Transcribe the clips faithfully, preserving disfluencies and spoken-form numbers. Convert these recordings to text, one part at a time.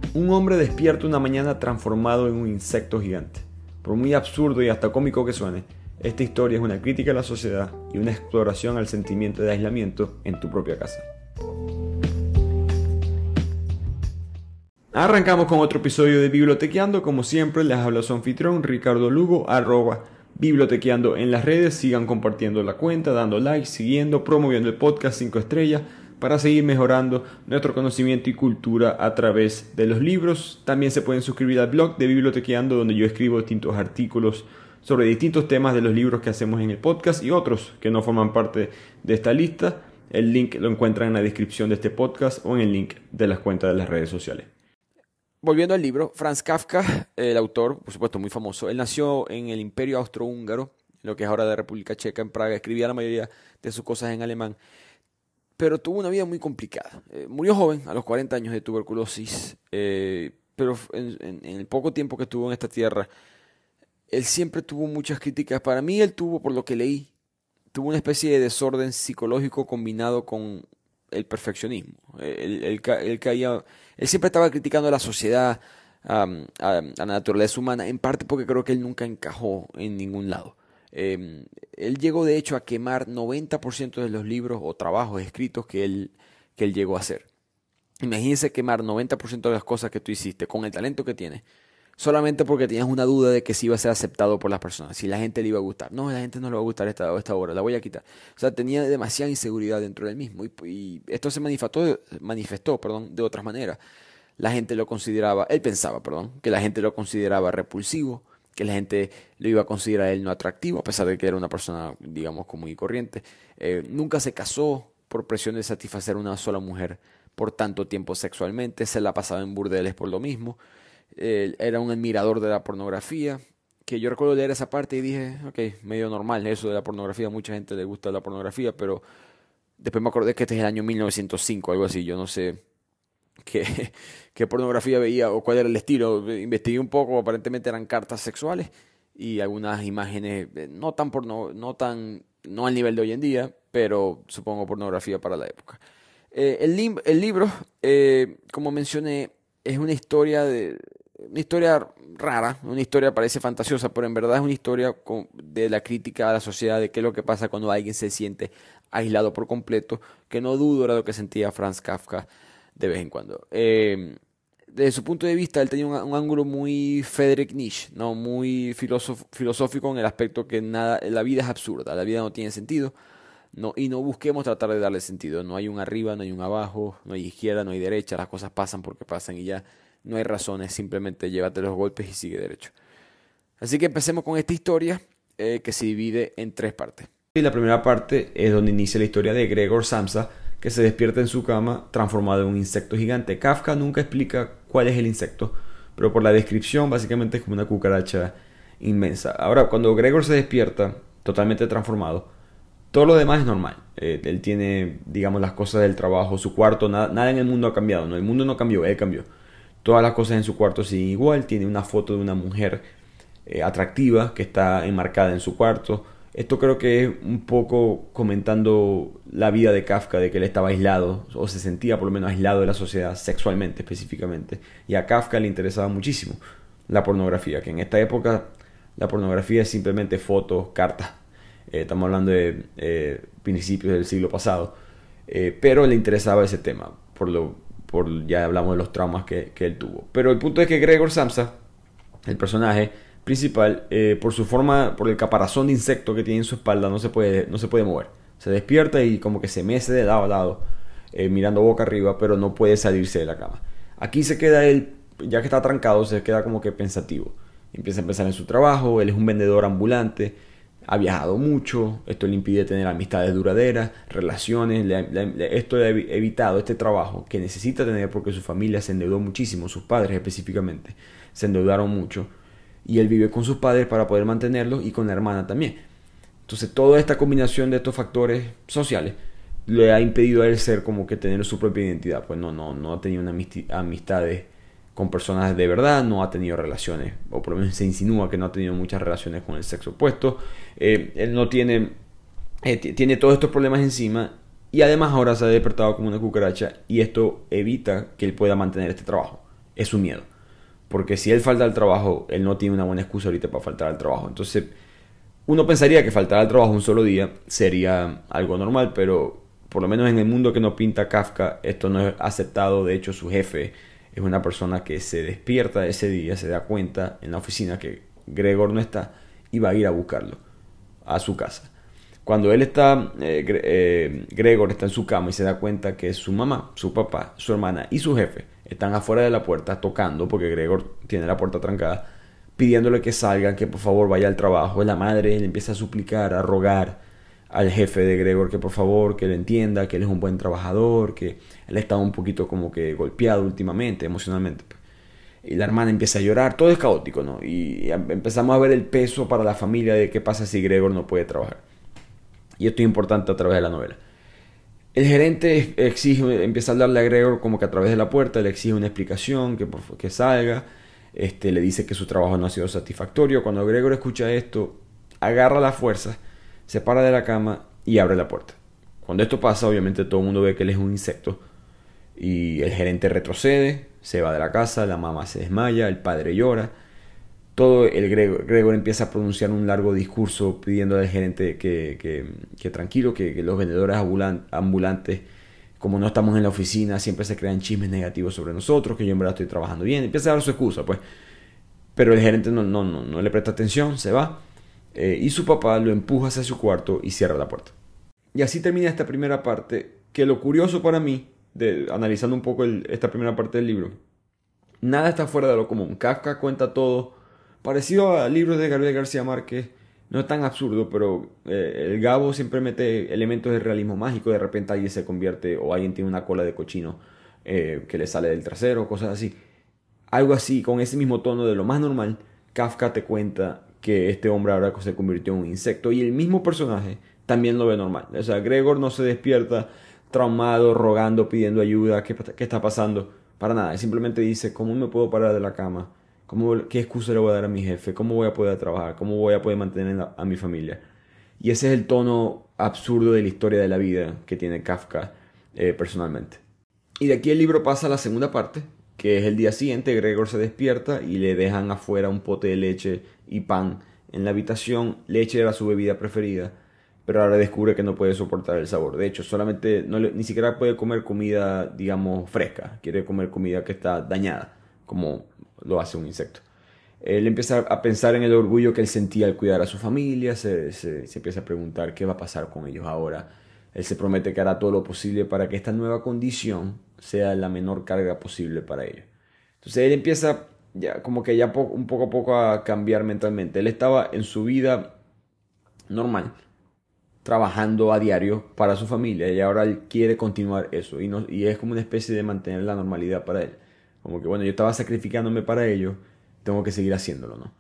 Un hombre despierta una mañana transformado en un insecto gigante. Por muy absurdo y hasta cómico que suene, esta historia es una crítica a la sociedad y una exploración al sentimiento de aislamiento en tu propia casa. Arrancamos con otro episodio de Bibliotequeando. Como siempre, les habla su anfitrión Ricardo Lugo, arroba Bibliotequeando en las redes. Sigan compartiendo la cuenta, dando like, siguiendo, promoviendo el podcast cinco estrellas para seguir mejorando nuestro conocimiento y cultura a través de los libros. También se pueden suscribir al blog de Bibliotequeando, donde yo escribo distintos artículos sobre distintos temas de los libros que hacemos en el podcast y otros que no forman parte de esta lista. El link lo encuentran en la descripción de este podcast o en el link de las cuentas de las redes sociales. Volviendo al libro, Franz Kafka, el autor, por supuesto muy famoso, él nació en el Imperio Austrohúngaro, lo que es ahora la República Checa, en Praga. Escribía la mayoría de sus cosas en alemán, pero tuvo una vida muy complicada. Eh, murió joven, a los cuarenta años, de tuberculosis, eh, pero en, en, en el poco tiempo que estuvo en esta tierra, él siempre tuvo muchas críticas. Para mí él tuvo, por lo que leí, tuvo una especie de desorden psicológico combinado con el perfeccionismo. Él, él, él, caía, él siempre estaba criticando a la sociedad, um, a, a la naturaleza humana, en parte porque creo que él nunca encajó en ningún lado. Eh, él llegó de hecho a quemar noventa por ciento de los libros o trabajos escritos que él, que él llegó a hacer. Imagínense quemar noventa por ciento de las cosas que tú hiciste con el talento que tienes, solamente porque tenías una duda de que si iba a ser aceptado por las personas, si la gente le iba a gustar. No, a la gente no le va a gustar esta, esta obra, la voy a quitar. O sea, tenía demasiada inseguridad dentro del mismo. Y, y esto se manifestó, manifestó perdón, de otras maneras. La gente lo consideraba, él pensaba, perdón, que la gente lo consideraba repulsivo, que la gente lo iba a considerar a él no atractivo, a pesar de que era una persona, digamos, común y corriente. Eh, nunca se casó por presión de satisfacer a una sola mujer por tanto tiempo sexualmente. Se la pasaba en burdeles por lo mismo. Eh, era un admirador de la pornografía, que yo recuerdo leer esa parte y dije, ok, medio normal eso de la pornografía, a mucha gente le gusta la pornografía, pero después me acordé que este es el año mil novecientos cinco, algo así. Yo no sé qué, qué pornografía veía o cuál era el estilo. Investigué un poco, aparentemente eran cartas sexuales y algunas imágenes no tan porno, no tan, no al nivel de hoy en día, pero supongo pornografía para la época. Eh, el, lim- el libro, eh, como mencioné, es una historia de una historia rara, una historia parece fantasiosa, pero en verdad es una historia con, de la crítica a la sociedad, de qué es lo que pasa cuando alguien se siente aislado por completo, que no dudo era lo que sentía Franz Kafka de vez en cuando. Eh, desde su punto de vista, él tenía un, un ángulo muy Friedrich Nietzsche, ¿no? Muy filósofo, filosófico en el aspecto que nada, la vida es absurda, la vida no tiene sentido. No, y no busquemos tratar de darle sentido. No hay un arriba, no hay un abajo, no hay izquierda, no hay derecha. Las cosas pasan porque pasan y ya no hay razones. Simplemente llévate los golpes y sigue derecho. Así que empecemos con esta historia eh, que se divide en tres partes. Y la primera parte es donde inicia la historia de Gregor Samsa, que se despierta en su cama transformado en un insecto gigante. Kafka nunca explica cuál es el insecto, pero por la descripción básicamente es como una cucaracha inmensa. Ahora, cuando Gregor se despierta totalmente transformado, todo lo demás es normal. Eh, él tiene, digamos, las cosas del trabajo, su cuarto, nada, nada en el mundo ha cambiado. No, el mundo no cambió, él cambió. Todas las cosas en su cuarto siguen igual. Tiene una foto de una mujer eh, atractiva que está enmarcada en su cuarto. Esto creo que es un poco comentando la vida de Kafka, de que él estaba aislado, o se sentía por lo menos aislado de la sociedad sexualmente específicamente. Y a Kafka le interesaba muchísimo la pornografía, que en esta época la pornografía es simplemente fotos, cartas. Eh, estamos hablando de eh, principios del siglo pasado, eh, pero le interesaba ese tema, por lo, por, ya hablamos de los traumas que, que él tuvo. Pero el punto es que Gregor Samsa, el personaje principal, eh, por su forma, por el caparazón de insecto que tiene en su espalda, no se puede, no se puede mover. Se despierta y como que se mece de lado a lado, eh, mirando boca arriba, pero no puede salirse de la cama. Aquí se queda él, ya que está trancado, se queda como que pensativo. Empieza a pensar en su trabajo. Él es un vendedor ambulante. Ha viajado mucho, esto le impide tener amistades duraderas, relaciones, le, le, esto le ha evitado este trabajo que necesita tener porque su familia se endeudó muchísimo, sus padres específicamente se endeudaron mucho y él vive con sus padres para poder mantenerlos y con la hermana también. Entonces toda esta combinación de estos factores sociales le ha impedido a él ser como que tener su propia identidad, pues no, no, no ha tenido una amistades con personas de verdad, no ha tenido relaciones, o por lo menos se insinúa que no ha tenido muchas relaciones con el sexo opuesto. Eh, él no tiene, eh, t- tiene todos estos problemas encima y además ahora se ha despertado como una cucaracha y esto evita que él pueda mantener este trabajo. es su miedo. Porque si él falta al trabajo, él no tiene una buena excusa ahorita para faltar al trabajo. Entonces, uno pensaría que faltar al trabajo un solo día sería algo normal, pero por lo menos en el mundo que nos pinta Kafka, esto no es aceptado. De hecho, su jefe es una persona que se despierta ese día, se da cuenta en la oficina que Gregor no está y va a ir a buscarlo a su casa. Cuando él está, eh, eh, Gregor está en su cama y se da cuenta que su mamá, su papá, su hermana y su jefe están afuera de la puerta tocando, porque Gregor tiene la puerta trancada, pidiéndole que salgan, que por favor vaya al trabajo. La madre le empieza a suplicar, a rogar al jefe de Gregor que por favor, que le entienda, que él es un buen trabajador, que él está un poquito como que golpeado últimamente, emocionalmente. Y la hermana empieza a llorar, todo es caótico, ¿no? Y empezamos a ver el peso para la familia de qué pasa si Gregor no puede trabajar. Y esto es importante a través de la novela. El gerente exige, empieza a hablarle a Gregor como que a través de la puerta, le exige una explicación, que, que salga, este, le dice que su trabajo no ha sido satisfactorio. Cuando Gregor escucha esto, agarra la fuerza, se para de la cama y abre la puerta. Cuando esto pasa, obviamente todo el mundo ve que él es un insecto y el gerente retrocede, se va de la casa, la mamá se desmaya, el padre llora. Todo el Gregor, Gregor empieza a pronunciar un largo discurso pidiendo al gerente que, que, que tranquilo, que, que los vendedores ambulantes, como no estamos en la oficina, siempre se crean chismes negativos sobre nosotros, que yo en verdad estoy trabajando bien. Empieza a dar su excusa, pues. Pero el gerente no, no, no, no le presta atención, se va. Eh, y su papá lo empuja hacia su cuarto y cierra la puerta. Y así termina esta primera parte, que lo curioso para mí, de, analizando un poco el, esta primera parte del libro, nada está fuera de lo común. Kafka cuenta todo parecido a libros de Gabriel García Márquez. No es tan absurdo, pero eh, el Gabo siempre mete elementos de realismo mágico. De repente alguien se convierte o alguien tiene una cola de cochino eh, que le sale del trasero, cosas así. Algo así, con ese mismo tono de lo más normal, Kafka te cuenta que este hombre ahora se convirtió en un insecto y el mismo personaje también lo ve normal. O sea, Gregor no se despierta traumado, rogando, pidiendo ayuda, ¿qué, qué está pasando? Para nada, él simplemente dice, ¿cómo me puedo parar de la cama? ¿Cómo, ¿Qué excusa le voy a dar a mi jefe? ¿Cómo voy a poder trabajar? ¿Cómo voy a poder mantener a, a mi familia? Y ese es el tono absurdo de la historia de la vida que tiene Kafka eh, personalmente. Y de aquí el libro pasa a la segunda parte, que es el día siguiente. Gregor se despierta y le dejan afuera un pote de leche y pan en la habitación. Leche era su bebida preferida, pero ahora descubre que no puede soportar el sabor. De hecho, solamente no le, ni siquiera puede comer comida, digamos, fresca. Quiere comer comida que está dañada, como lo hace un insecto. Él empieza a pensar en el orgullo que él sentía al cuidar a su familia. Se, se, se empieza a preguntar qué va a pasar con ellos ahora. Él se promete que hará todo lo posible para que esta nueva condición sea la menor carga posible para ellos. Entonces él empieza ya como que ya po un poco a poco a cambiar mentalmente. Él estaba en su vida normal, trabajando a diario para su familia, y ahora él quiere continuar eso. Y, no, y es como una especie de mantener la normalidad para él. Como que bueno, yo estaba sacrificándome para ello, tengo que seguir haciéndolo, ¿no?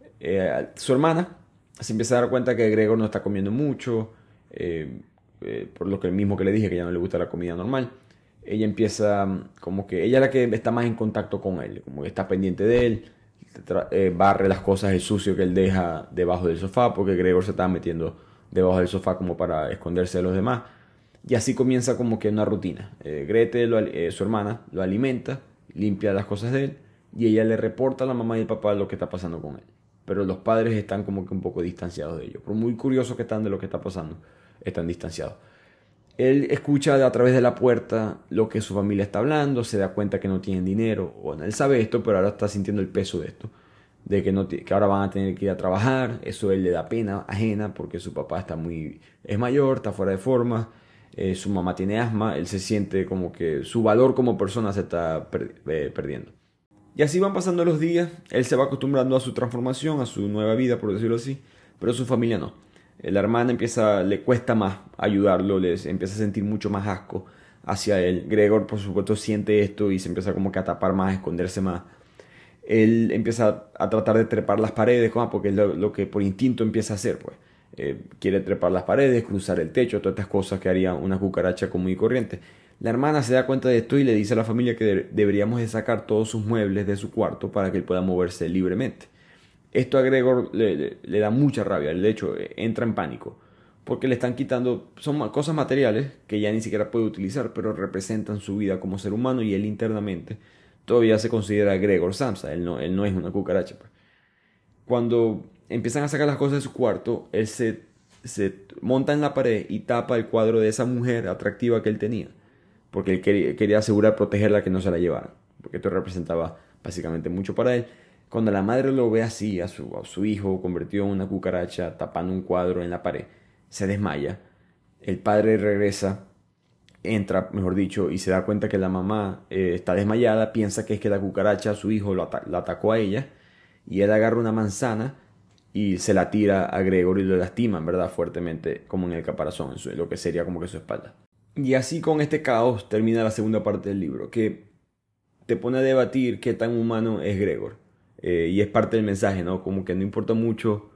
Eh, su hermana se empieza a dar cuenta que Gregor no está comiendo mucho, eh, eh, por lo que el mismo que le dije, que ya no le gusta la comida normal. Ella empieza como que ella es la que está más en contacto con él, como que está pendiente de él, eh, barre las cosas, el sucio que él deja debajo del sofá, porque Gregor se está metiendo debajo del sofá como para esconderse de los demás. Y así comienza como que una rutina. Eh, Grete, lo, eh, su hermana, lo alimenta, limpia las cosas de él, y ella le reporta a la mamá y al papá lo que está pasando con él. Pero los padres están como que un poco distanciados de ellos. Por muy curiosos que están de lo que está pasando, están distanciados. Él escucha a través de la puerta lo que su familia está hablando, se da cuenta que no tienen dinero. Bueno, él sabe esto, pero ahora está sintiendo el peso de esto, de que, no que ahora van a tener que ir a trabajar. Eso a él le da pena ajena porque su papá está muy, es mayor, está fuera de forma, eh, su mamá tiene asma. Él se siente como que su valor como persona se está per, eh, perdiendo. Y así van pasando los días, él se va acostumbrando a su transformación, a su nueva vida, por decirlo así, pero su familia no. La hermana empieza, le cuesta más ayudarlo, les empieza a sentir mucho más asco hacia él. Gregor, por supuesto, siente esto y se empieza como que a tapar más, a esconderse más. Él empieza a tratar de trepar las paredes, porque es lo, lo que por instinto empieza a hacer, pues. Eh, quiere trepar las paredes, cruzar el techo, todas estas cosas que haría una cucaracha común y corriente. La hermana se da cuenta de esto y le dice a la familia que de deberíamos de sacar todos sus muebles de su cuarto para que él pueda moverse libremente. Esto a Gregor le, le, le da mucha rabia, de hecho entra en pánico, porque le están quitando, son cosas materiales que ya ni siquiera puede utilizar, pero representan su vida como ser humano, y él internamente todavía se considera Gregor Samsa, él no, él no es una cucaracha. Pues. Cuando empiezan a sacar las cosas de su cuarto, él se, se monta en la pared y tapa el cuadro de esa mujer atractiva que él tenía, porque él quería, quería asegurar protegerla, que no se la llevaran, porque esto representaba básicamente mucho para él. Cuando la madre lo ve así, a su, a su hijo convertido en una cucaracha, tapando un cuadro en la pared, se desmaya. El padre regresa, entra, mejor dicho, y se da cuenta que la mamá eh, está desmayada, piensa que es que la cucaracha, su hijo, lo ata la atacó a ella, y él agarra una manzana y se la tira a Gregor y lo lastima, en verdad, fuertemente, como en el caparazón, en su, lo que sería como que su espalda. Y así con este caos termina la segunda parte del libro, que te pone a debatir qué tan humano es Gregor. Eh, y es parte del mensaje, ¿no? Como que no importa mucho,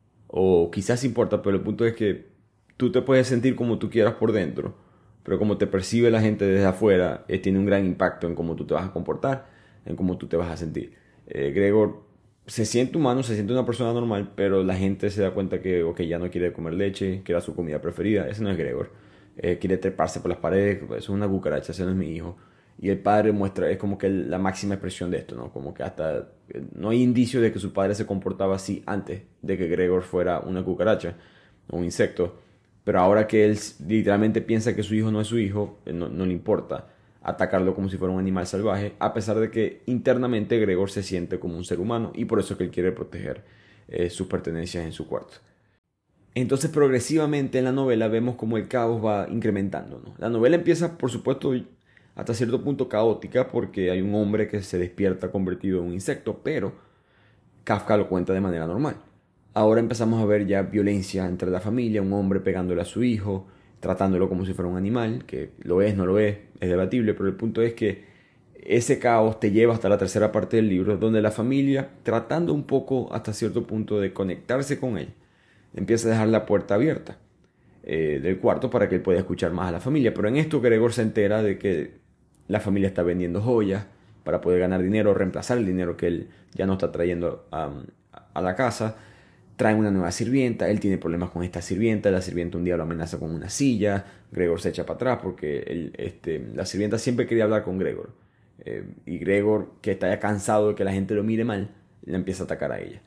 o quizás importa, pero el punto es que tú te puedes sentir como tú quieras por dentro, pero como te percibe la gente desde afuera, eh, tiene un gran impacto en cómo tú te vas a comportar, en cómo tú te vas a sentir. Eh, Gregor se siente humano, se siente una persona normal, pero la gente se da cuenta que, ok, ya no quiere comer leche, que era su comida preferida. Ese no es Gregor. Eh, quiere treparse por las paredes, eso es una cucaracha, ese no es mi hijo. Y el padre muestra, es como que la máxima expresión de esto, ¿no? Como que hasta no hay indicio de que su padre se comportaba así antes de que Gregor fuera una cucaracha o un insecto. Pero ahora que él literalmente piensa que su hijo no es su hijo, no, no le importa atacarlo como si fuera un animal salvaje, a pesar de que internamente Gregor se siente como un ser humano y por eso es que él quiere proteger eh, sus pertenencias en su cuarto. Entonces progresivamente en la novela vemos como el caos va incrementando, ¿no? La novela empieza, por supuesto, hasta cierto punto caótica porque hay un hombre que se despierta convertido en un insecto, pero Kafka lo cuenta de manera normal. Ahora empezamos a ver ya violencia entre la familia, un hombre pegándole a su hijo, tratándolo como si fuera un animal, que lo es, no lo es, es debatible, pero el punto es que ese caos te lleva hasta la tercera parte del libro, donde la familia, tratando un poco hasta cierto punto de conectarse con él, empieza a dejar la puerta abierta eh, del cuarto para que él pueda escuchar más a la familia. Pero en esto Gregor se entera de que la familia está vendiendo joyas para poder ganar dinero, reemplazar el dinero que él ya no está trayendo a, a la casa. Traen una nueva sirvienta, él tiene problemas con esta sirvienta, la sirvienta un día lo amenaza con una silla, Gregor se echa para atrás porque él, este, la sirvienta siempre quería hablar con Gregor. Eh, y Gregor, que está ya cansado de que la gente lo mire mal, le empieza a atacar a ella.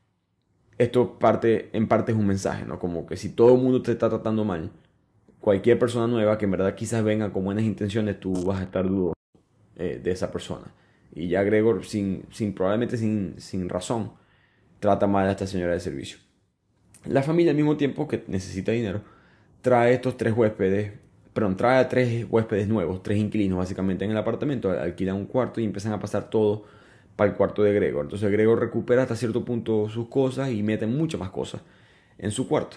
Esto parte, en parte es un mensaje, ¿no? Como que si todo el mundo te está tratando mal, cualquier persona nueva que en verdad quizás venga con buenas intenciones, tú vas a estar dudoso eh, de esa persona. Y ya Gregor, sin, sin, probablemente sin, sin razón, trata mal a esta señora de servicio. La familia al mismo tiempo que necesita dinero, trae estos tres huéspedes, perdón, trae a tres huéspedes nuevos, tres inquilinos básicamente en el apartamento, alquilan un cuarto y empiezan a pasar todo para el cuarto de Gregor. Entonces Gregor recupera hasta cierto punto sus cosas y mete muchas más cosas en su cuarto.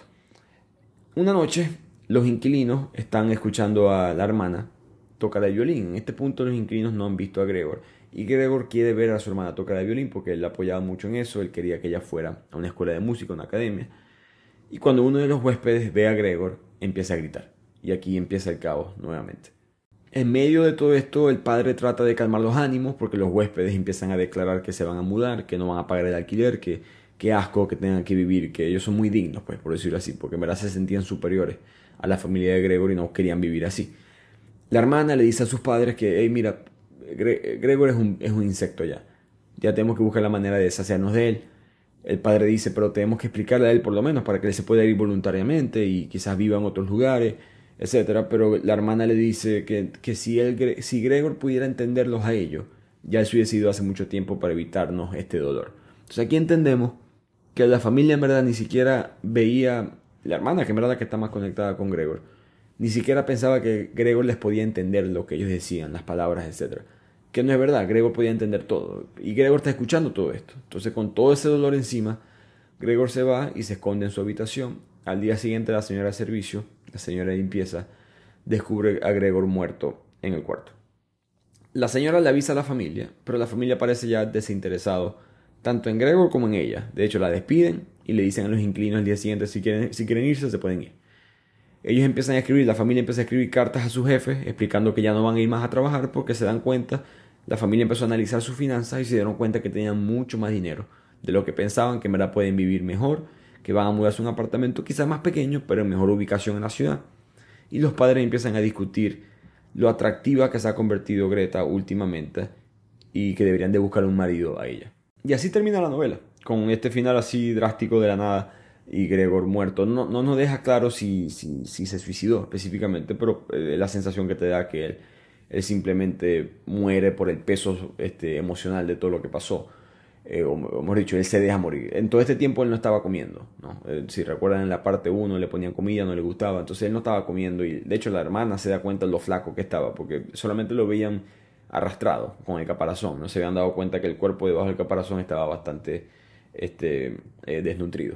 Una noche los inquilinos están escuchando a la hermana tocar el violín. En este punto los inquilinos no han visto a Gregor. Y Gregor quiere ver a su hermana tocar el violín porque él la apoyaba mucho en eso. Él quería que ella fuera a una escuela de música, a una academia. Y cuando uno de los huéspedes ve a Gregor, empieza a gritar. Y aquí empieza el caos nuevamente. En medio de todo esto, el padre trata de calmar los ánimos porque los huéspedes empiezan a declarar que se van a mudar, que no van a pagar el alquiler, que, que asco que tengan que vivir, que ellos son muy dignos, pues, por decirlo así, porque en verdad se sentían superiores a la familia de Gregor y no querían vivir así. La hermana le dice a sus padres que, hey, mira, Gregor es un, es un insecto ya. Ya tenemos que buscar la manera de deshacernos de él. El padre dice, pero tenemos que explicarle a él por lo menos para que él se pueda ir voluntariamente y quizás viva en otros lugares, etcétera. Pero la hermana le dice que, que si, él, si Gregor pudiera entenderlos a ellos, ya él se hubiese ido hace mucho tiempo para evitarnos este dolor. Entonces aquí entendemos que la familia en verdad ni siquiera veía, la hermana que en verdad que está más conectada con Gregor, ni siquiera pensaba que Gregor les podía entender lo que ellos decían, las palabras, etcétera. Que no es verdad, Gregor podía entender todo. Y Gregor está escuchando todo esto. Entonces con todo ese dolor encima, Gregor se va y se esconde en su habitación. Al día siguiente la señora de servicio, la señora de limpieza, descubre a Gregor muerto en el cuarto. La señora le avisa a la familia, pero la familia parece ya desinteresado tanto en Gregor como en ella. De hecho la despiden y le dicen a los inquilinos al día siguiente si quieren, si quieren irse se pueden ir. Ellos empiezan a escribir, la familia empieza a escribir cartas a sus jefes explicando que ya no van a ir más a trabajar porque se dan cuenta, la familia empezó a analizar sus finanzas y se dieron cuenta que tenían mucho más dinero de lo que pensaban, que en verdad pueden vivir mejor, que van a mudarse a un apartamento quizás más pequeño, pero en mejor ubicación en la ciudad. Y los padres empiezan a discutir lo atractiva que se ha convertido Greta últimamente y que deberían de buscar un marido a ella. Y así termina la novela, con este final así drástico de la nada y Gregor muerto. No, no nos deja claro si, si, si se suicidó específicamente, pero eh, la sensación que te da que él, él simplemente muere por el peso este, emocional de todo lo que pasó. Eh, o, o mejor dicho, él se deja morir. En todo este tiempo él no estaba comiendo, ¿no? Eh, si recuerdan en la parte uno le ponían comida, no le gustaba, entonces él no estaba comiendo y de hecho la hermana se da cuenta de lo flaco que estaba porque solamente lo veían arrastrado con el caparazón, no se habían dado cuenta que el cuerpo debajo del caparazón estaba bastante este, eh, desnutrido.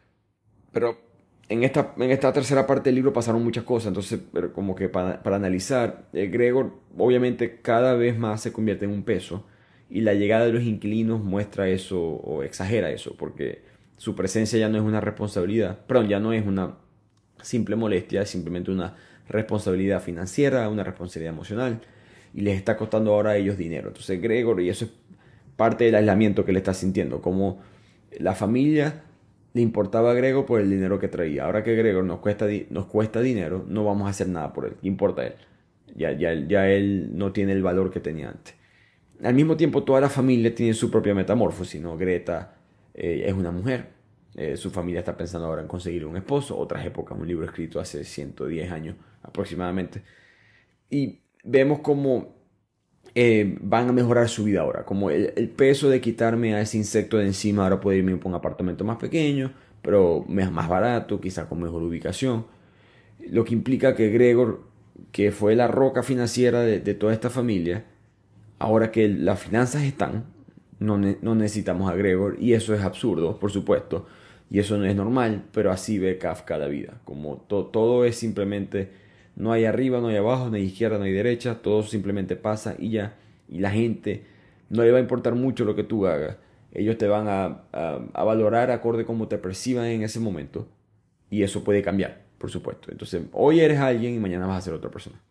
Pero en esta, en esta tercera parte del libro pasaron muchas cosas, entonces pero como que para, para analizar, eh, Gregor obviamente cada vez más se convierte en un peso y la llegada de los inquilinos muestra eso o exagera eso, porque su presencia ya no es una responsabilidad, perdón, ya no es una simple molestia, es simplemente una responsabilidad financiera, una responsabilidad emocional y les está costando ahora a ellos dinero. Entonces Gregor, y eso es parte del aislamiento que le está sintiendo, como la familia le importaba a Gregor por el dinero que traía. Ahora que Gregor nos cuesta, nos cuesta dinero, no vamos a hacer nada por él. ¿Qué importa él? Ya, ya, ya él no tiene el valor que tenía antes. Al mismo tiempo, toda la familia tiene su propia metamorfosis, ¿no? Greta eh, es una mujer. Eh, su familia está pensando ahora en conseguir un esposo. Otras épocas, un libro escrito hace ciento diez años aproximadamente. Y vemos cómo eh, van a mejorar su vida ahora. Como el, el peso de quitarme a ese insecto de encima, ahora puedo irme a un apartamento más pequeño, pero más barato, quizá con mejor ubicación. Lo que implica que Gregor, que fue la roca financiera de, de toda esta familia, ahora que las finanzas están, no, ne- no necesitamos a Gregor, y eso es absurdo, por supuesto, y eso no es normal, pero así ve Kafka la vida, como to- todo es simplemente, no hay arriba, no hay abajo, no hay izquierda, no hay derecha, todo simplemente pasa y ya, y la gente no le va a importar mucho lo que tú hagas, ellos te van a, a, a valorar acorde como te perciban en ese momento, y eso puede cambiar, por supuesto, entonces hoy eres alguien y mañana vas a ser otra persona.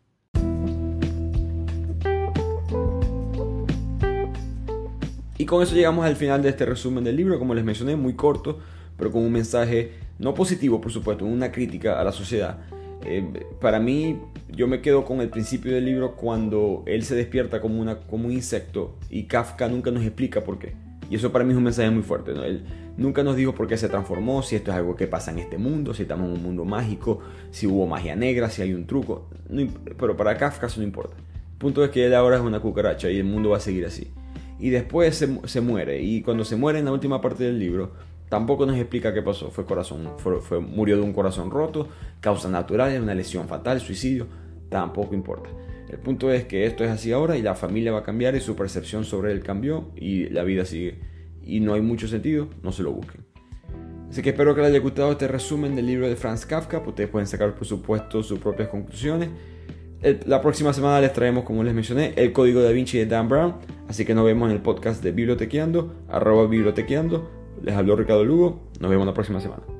Y con eso llegamos al final de este resumen del libro, como les mencioné, muy corto, pero con un mensaje no positivo, por supuesto, una crítica a la sociedad. Eh, para mí, yo me quedo con el principio del libro cuando él se despierta como, una, como un insecto y Kafka nunca nos explica por qué. Y eso para mí es un mensaje muy fuerte, ¿no? Él nunca nos dijo por qué se transformó, si esto es algo que pasa en este mundo, si estamos en un mundo mágico, si hubo magia negra, si hay un truco. No, pero para Kafka eso no importa. El punto es que él ahora es una cucaracha y el mundo va a seguir así. Y después se, se muere, y cuando se muere en la última parte del libro tampoco nos explica qué pasó. Fue corazón, fue, fue, murió de un corazón roto, causas naturales, una lesión fatal, suicidio, tampoco importa. El punto es que esto es así ahora y la familia va a cambiar y su percepción sobre él cambió y la vida sigue y no hay mucho sentido, no se lo busquen. Así que espero que les haya gustado este resumen del libro de Franz Kafka. Ustedes pueden sacar por supuesto sus propias conclusiones. El, la próxima semana les traemos, como les mencioné, El Código Da Vinci de Dan Brown. Así que nos vemos en el podcast de Bibliotequeando, arroba bibliotequeando. Les habló Ricardo Lugo. Nos vemos la próxima semana.